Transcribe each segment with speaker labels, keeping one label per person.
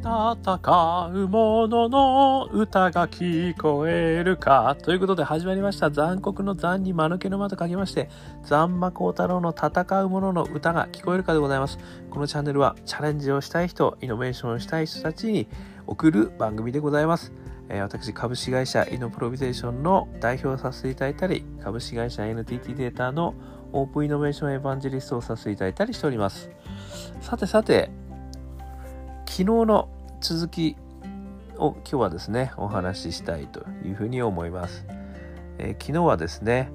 Speaker 1: 戦う者の歌が聞こえるか。ということで始まりました。残酷の残に間抜けの間と書きまして、残魔高太郎の戦う者の歌が聞こえるかでございます。このチャンネルはチャレンジをしたい人、イノベーションをしたい人たちに送る番組でございます。私、株式会社イノプロビゼーションの代表をさせていただいたり、株式会社 NTT データのオープンイノベーションエヴァンジェリストをさせていただいたりしております。さて、昨日の続きを今日はですね、お話ししたいというふうに思います。昨日はですね、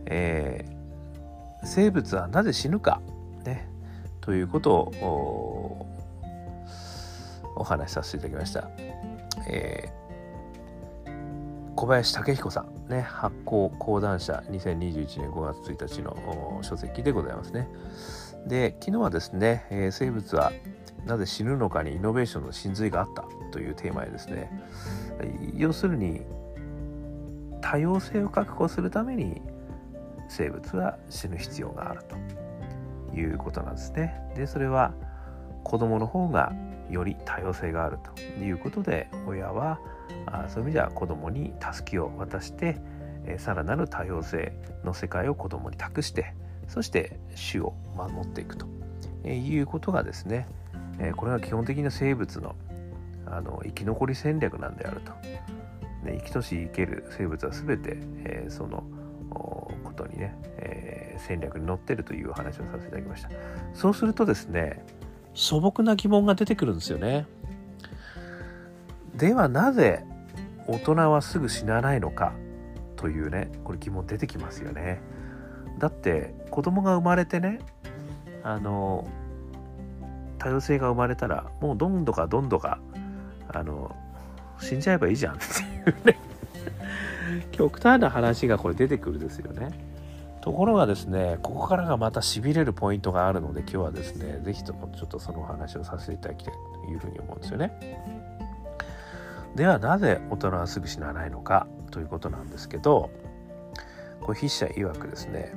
Speaker 1: 生物はなぜ死ぬか、ね、ということを お話しさせていただきました。小林武彦さん、ね、発行講談社2021年5月1日の書籍でございますね。で、昨日はですね、生物はなぜ死ぬのかにイノベーションの真髄があったというテーマでですね、要するに多様性を確保するために生物は死ぬ必要があるということなんですね。で、それは子供の方がより多様性があるということで、親はそういう意味では子供に助けを渡して、さらなる多様性の世界を子供に託して、そして種を守っていくということがですね、これが基本的な生物の生き残り戦略なんであると。生きとし生ける生物は全て、そのことにね、戦略に乗っているという話をさせていただきました。そうするとですね、素朴な疑問が出てくるんですよね。ではなぜ大人はすぐ死なないのかというね、これ疑問出てきますよね。だって子供が生まれてね、多様性が生まれたらもうどんどか死んじゃえばいいじゃんっていうね極端な話がこれ出てくるですよね。ところがですね、ここからがまた痺れるポイントがあるので、今日はですね、ぜひともちょっとそのお話をさせていただきたいというふうに思うんですよね。ではなぜ大人はすぐ死なないのかということなんですけど、これ筆者曰くですね、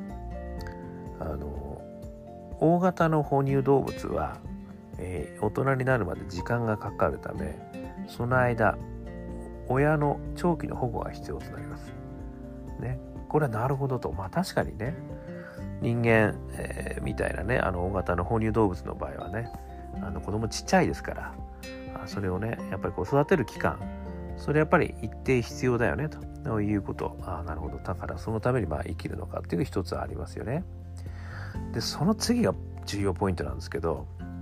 Speaker 1: 大型の哺乳動物は、大人になるまで時間がかかるため、その間親の長期の保護が必要となります、ね。これはなるほどと。確かにね、人間、みたいなね、大型の哺乳動物の場合はね、子供ちっちゃいですから、それをねやっぱりこう育てる期間、それやっぱり一定必要だよねということ。なるほど。だからそのために生きるのかっていう一つはありますよね。で、その次が重要ポイントなんですけど、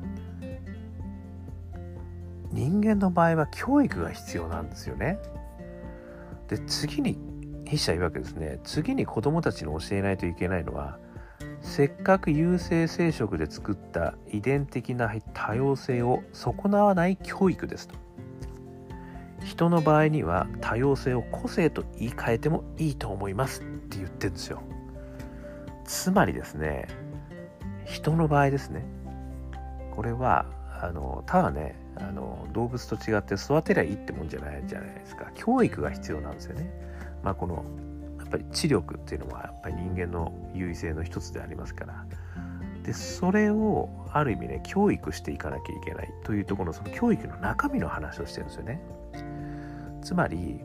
Speaker 1: 人間の場合は教育が必要なんですよね。で、次に筆者曰くですね、次に子どもたちに教えないといけないのは、せっかく有性生殖で作った遺伝的な多様性を損なわない教育ですと。人の場合には多様性を個性と言い換えてもいいと思いますって言ってるんですよ。つまりですね、人の場合ですね、これはただね、動物と違って育てりゃいいってもんじゃないですか。教育が必要なんですよね。このやっぱり知力っていうのはやっぱり人間の優位性の一つでありますから、でそれをある意味ね、教育していかなきゃいけないというところの、その教育の中身の話をしてるんですよね。つまり、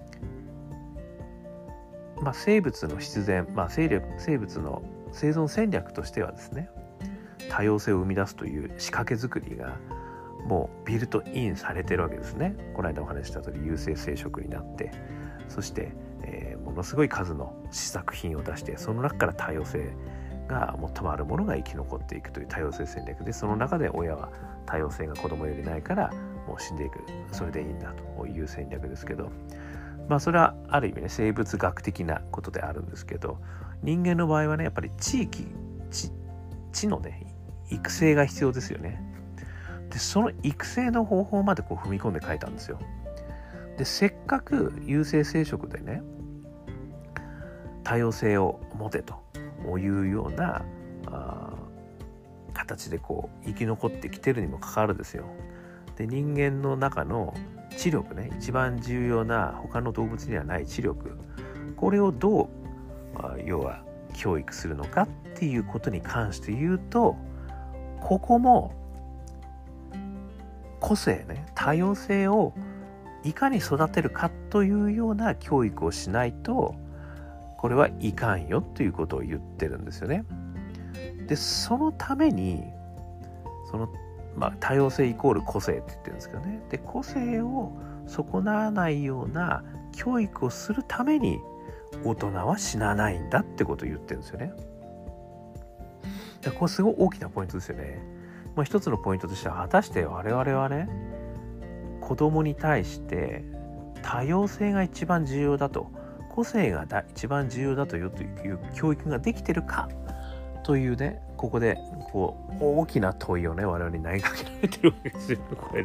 Speaker 1: 生物の必然、生物の生存戦略としてはですね、多様性を生み出すという仕掛け作りがもうビルトインされてるわけですね。この間お話した通り、有性生殖になって、そして、ものすごい数の試作品を出して、その中から多様性が最もあるものが生き残っていくという多様性戦略で、その中で親は多様性が子供よりないからもう死んでいく、それでいいんだという戦略ですけど、それはある意味ね、生物学的なことであるんですけど、人間の場合はね、やっぱり知のね、育成が必要ですよね。で、その育成の方法まで踏み込んで書いたんですよ。で、せっかく有性生殖でね、多様性を持てというような形で生き残ってきてるにもかかわらずですよ。で、人間の中の知力ね、一番重要な他の動物にはない知力、これをどう要は教育するのかっていうことに関して言うと、ここも個性ね、多様性をいかに育てるかというような教育をしないと、これはいかんよということを言ってるんですよね。でそのために多様性イコール個性って言ってるんですけどね。で個性を損なわないような教育をするために大人は死なないんだってことを言ってるんですよね。でこれすごい大きなポイントですよね。一つのポイントとしては、果たして我々はね、子供に対して多様性が一番重要だと、個性が一番重要だという教育ができてるかというね、ここで大きな問いをね、我々に投げかけられてるわけですよ。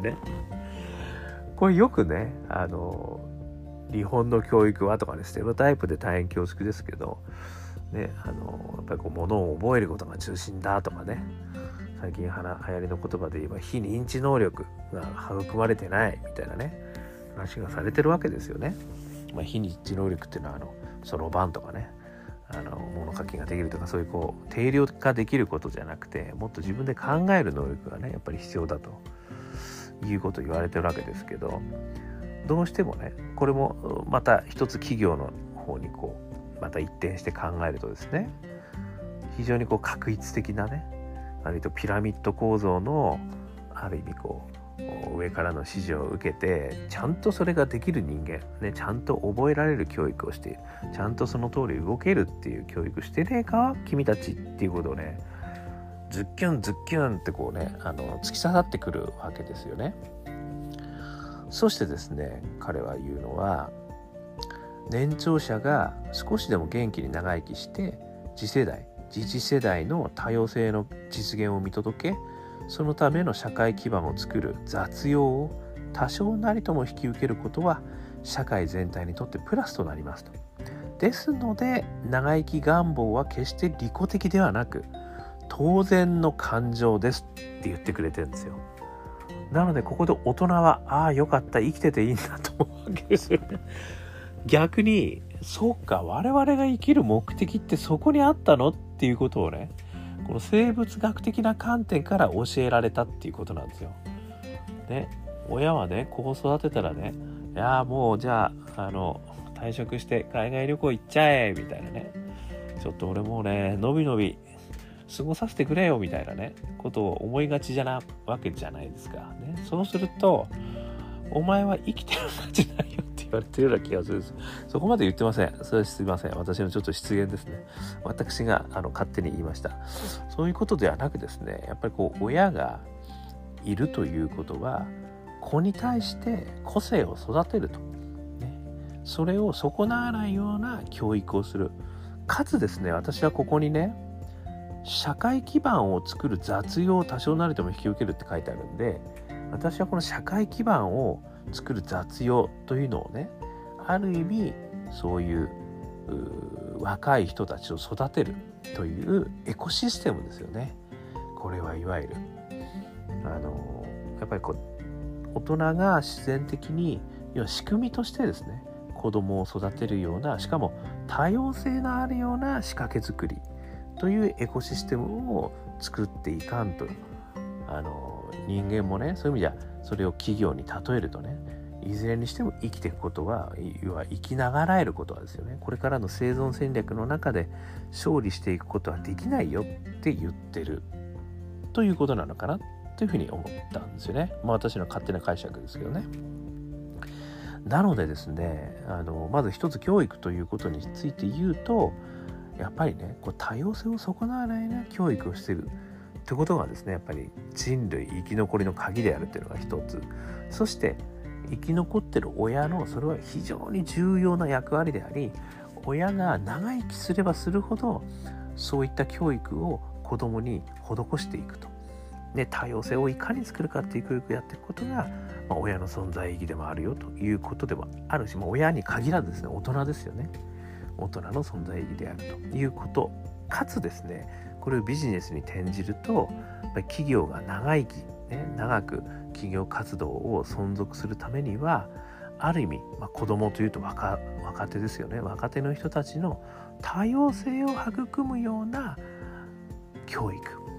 Speaker 1: これよくね、日本の教育はとかね、ステレオタイプで大変恐縮ですけどね、やっぱり物を覚えることが中心だとかね、最近流行りの言葉で言えば非認知能力が育まれてないみたいなね話がされてるわけですよね。非認知能力っていうのはそろばんとかね、物書きができるとか、そういう定量化できることじゃなくて、もっと自分で考える能力がねやっぱり必要だということを言われてるわけですけど、どうしてもね、これもまた一つ企業の方にまた一転して考えるとですね、非常に画一的なね、割とピラミッド構造のある意味上からの指示を受けて、ちゃんとそれができる人間、ね、ちゃんと覚えられる教育をしている、ちゃんとその通り動けるっていう教育してねえか君たちっていうことをね、ズッキュンズッキュンって突き刺さってくるわけですよね。そしてですね、彼は言うのは、年長者が少しでも元気に長生きして次世代の多様性の実現を見届け、そのための社会基盤を作る雑用を多少なりとも引き受けることは社会全体にとってプラスとなりますと。ですので長生き願望は決して利己的ではなく当然の感情ですって言ってくれてるんですよ。なのでここで大人はよかった、生きてていいんだと思うわけですよね。逆にそうか、我々が生きる目的ってそこにあったのっていうことをね、この生物学的な観点から教えられたっていうことなんですよ。ね、親はね、こう育てたらね、いやもうじゃあ退職して海外旅行行っちゃえみたいなね、ちょっと俺もうねのびのび過ごさせてくれよみたいなねことを思いがちなわけじゃないですかね。そうするとお前は生きてるんじゃないよって言われてるような気がするんです。そこまで言ってません。それはすいません、私のちょっと失言ですね。私が勝手に言いました。そういうことではなくですね、やっぱり親がいるということは子に対して個性を育てると、ね、それを損なわないような教育をする。かつですね、私はここにね、社会基盤を作る雑用を多少なりとも引き受けるって書いてあるんで、私はこの社会基盤を作る雑用というのをね、ある意味そういう若い人たちを育てるというエコシステムですよね。これはいわゆるやっぱり大人が自然的に仕組みとしてですね、子供を育てるような、しかも多様性のあるような仕掛け作りというエコシステムを作っていかんと、人間もね、そういう意味じゃそれを企業に例えるとね、いずれにしても生きていくことは、要は生きながらえることはですよね、これからの生存戦略の中で勝利していくことはできないよって言ってるということなのかなというふうに思ったんですよね。私の勝手な解釈ですけどね。なのでですね、まず一つ教育ということについて言うと、やっぱりね、多様性を損なわないね教育をしているってことがですね、やっぱり人類生き残りの鍵であるっていうのが一つ。そして生き残ってる親のそれは非常に重要な役割であり、親が長生きすればするほどそういった教育を子供に施していくと、ね、多様性をいかに作るかっていう教育をやっていくことが、親の存在意義でもあるよということでもあるし、親に限らずですね、大人ですよね。大人の存在意義であるということ、かつですね、これをビジネスに転じると、やっぱり企業が長生き、長く企業活動を存続するためには、ある意味、子供というと若手ですよね。若手の人たちの多様性を育むような教育、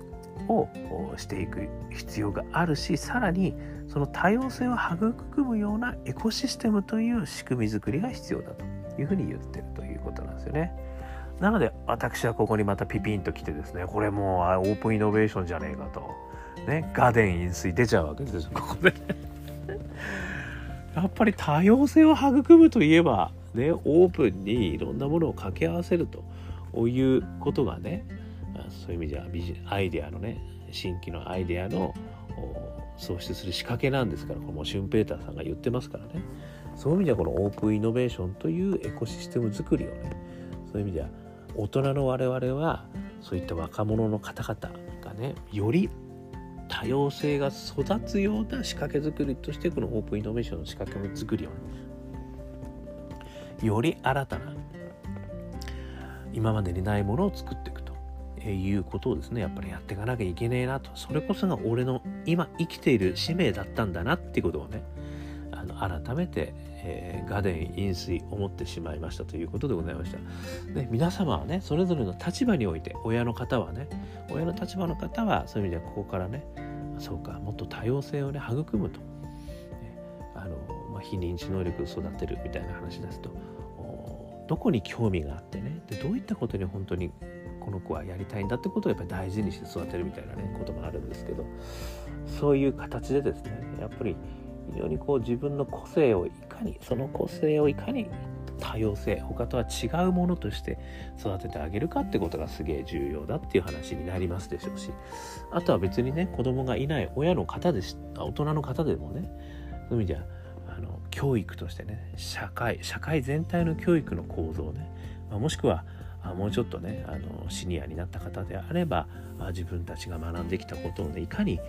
Speaker 1: をしていく必要があるし、さらにその多様性を育むようなエコシステムという仕組み作りが必要だというふうに言ってるということなんですよね。なので私はここにまたピピンと来てですね、これもうオープンイノベーションじゃねえかとね、ガーデン飲水出ちゃうわけですよ、ここでやっぱり多様性を育むといえばね、オープンにいろんなものを掛け合わせるということがね、そういう意味じゃアイデアのね、新規のアイデアの創出する仕掛けなんですから、これもシュンペーターさんが言ってますからね。そういう意味ではこのオープンイノベーションというエコシステム作りをね、そういう意味では大人の我々はそういった若者の方々がね、より多様性が育つような仕掛け作りとして、このオープンイノベーションの仕掛け作りをね、より新たな今までにないものを作っていくということをですね、やっぱりやっていかなきゃいけねえなと、それこそが俺の今生きている使命だったんだなっていうことをね、改めて、ガデン飲水思ってしまいましたということでございました、ね。皆様はね、それぞれの立場において、親の立場の方はそういう意味ではここからね、そうか、もっと多様性をね育むと、非認知能力を育てるみたいな話ですと、どこに興味があってね、でどういったことに本当にこの子はやりたいんだってことをやっぱり大事にして育てるみたいなねこともあるんですけど、そういう形でですね、やっぱり非常にこう自分の個性をいかに多様性、他とは違うものとして育ててあげるかってことがすげえ重要だっていう話になりますでしょうし、あとは別にね、子供がいない親の方大人の方でもね、そういう意味じゃ教育としてね、社会全体の教育の構造ね、もしくはもうちょっとね、シニアになった方であれば、自分たちが学んできたことをね、いかに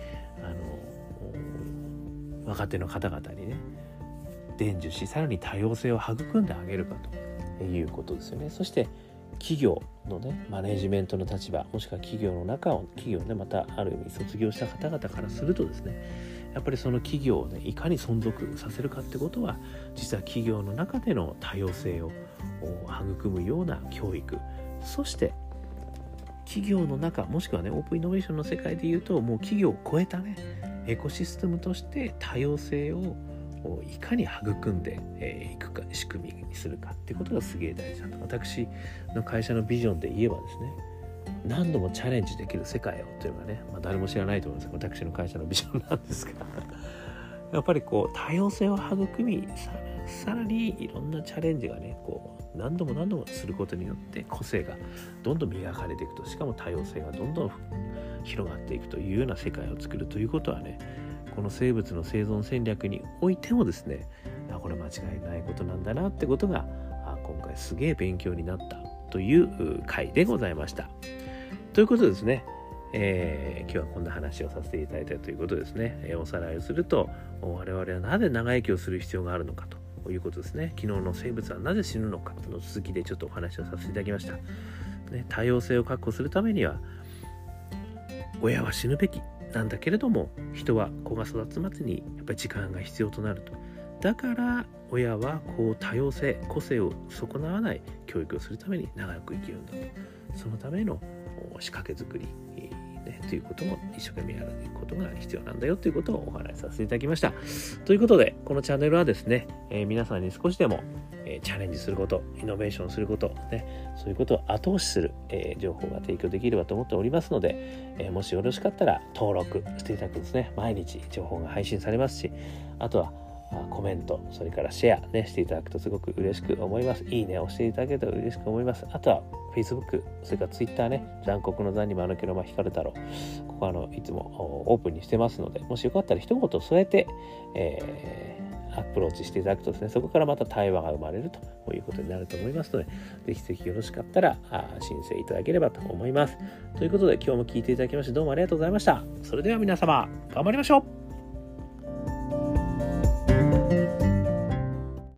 Speaker 1: 若手の方々にね伝授し、さらに多様性を育んであげるかということですよね。そして企業のねマネジメントの立場、もしくは企業ね、またある意味卒業した方々からするとですね、やっぱりその企業をねいかに存続させるかってことは、実は企業の中での多様性を育むような教育、そして企業の中、もしくはねオープンイノベーションの世界でいうと、もう企業を超えたねエコシステムとして多様性をいかに育んでいくか、仕組みにするかっていうことがすげえ大事だと。私の会社のビジョンで言えばですね、何度もチャレンジできる世界をというのがね、誰も知らないと思いますが、私の会社のビジョンなんですがやっぱりこう多様性を育み、さらにいろんなチャレンジがねこう何度もすることによって個性がどんどん磨かれていくと、しかも多様性がどんどん広がっていくというような世界を作るということはね、この生物の生存戦略においてもですね、これ間違いないことなんだなってことが今回すげえ勉強になったという回でございました。ということでですね、今日はこんな話をさせていただいたということですね。おさらいをすると、我々はなぜ長生きをする必要があるのかということですね。昨日の生物はなぜ死ぬのかの続きでちょっとお話をさせていただきました。多様性を確保するためには、親は死ぬべきなんだけれども、人は子が育つまでにやっぱり時間が必要となると。だから親はこう多様性、個性を損なわない教育をするために長く生きるんだと。そのための仕掛け作り、ということも一生懸命やることが必要なんだよということをお話しさせていただきました。ということで、このチャンネルはですね、皆さんに少しでも、チャレンジすること、イノベーションすること、そういうことを後押しする、情報が提供できればと思っておりますので、もしよろしかったら登録していただくとですね、毎日情報が配信されますし、あとはコメント、それからシェア、していただくとすごく嬉しく思います。いいねをしていただけると嬉しく思います。あとは Facebook、それから Twitter 残酷の残に間抜けの間光る太郎、ここはいつもオープンにしてますので、もしよかったら一言添えて、アプローチしていただくとですね、そこからまた対話が生まれるということになると思いますので、ぜひよろしかったら申請いただければと思います。ということで、今日も聞いていただきましてどうもありがとうございました。それでは皆様、頑張りましょう。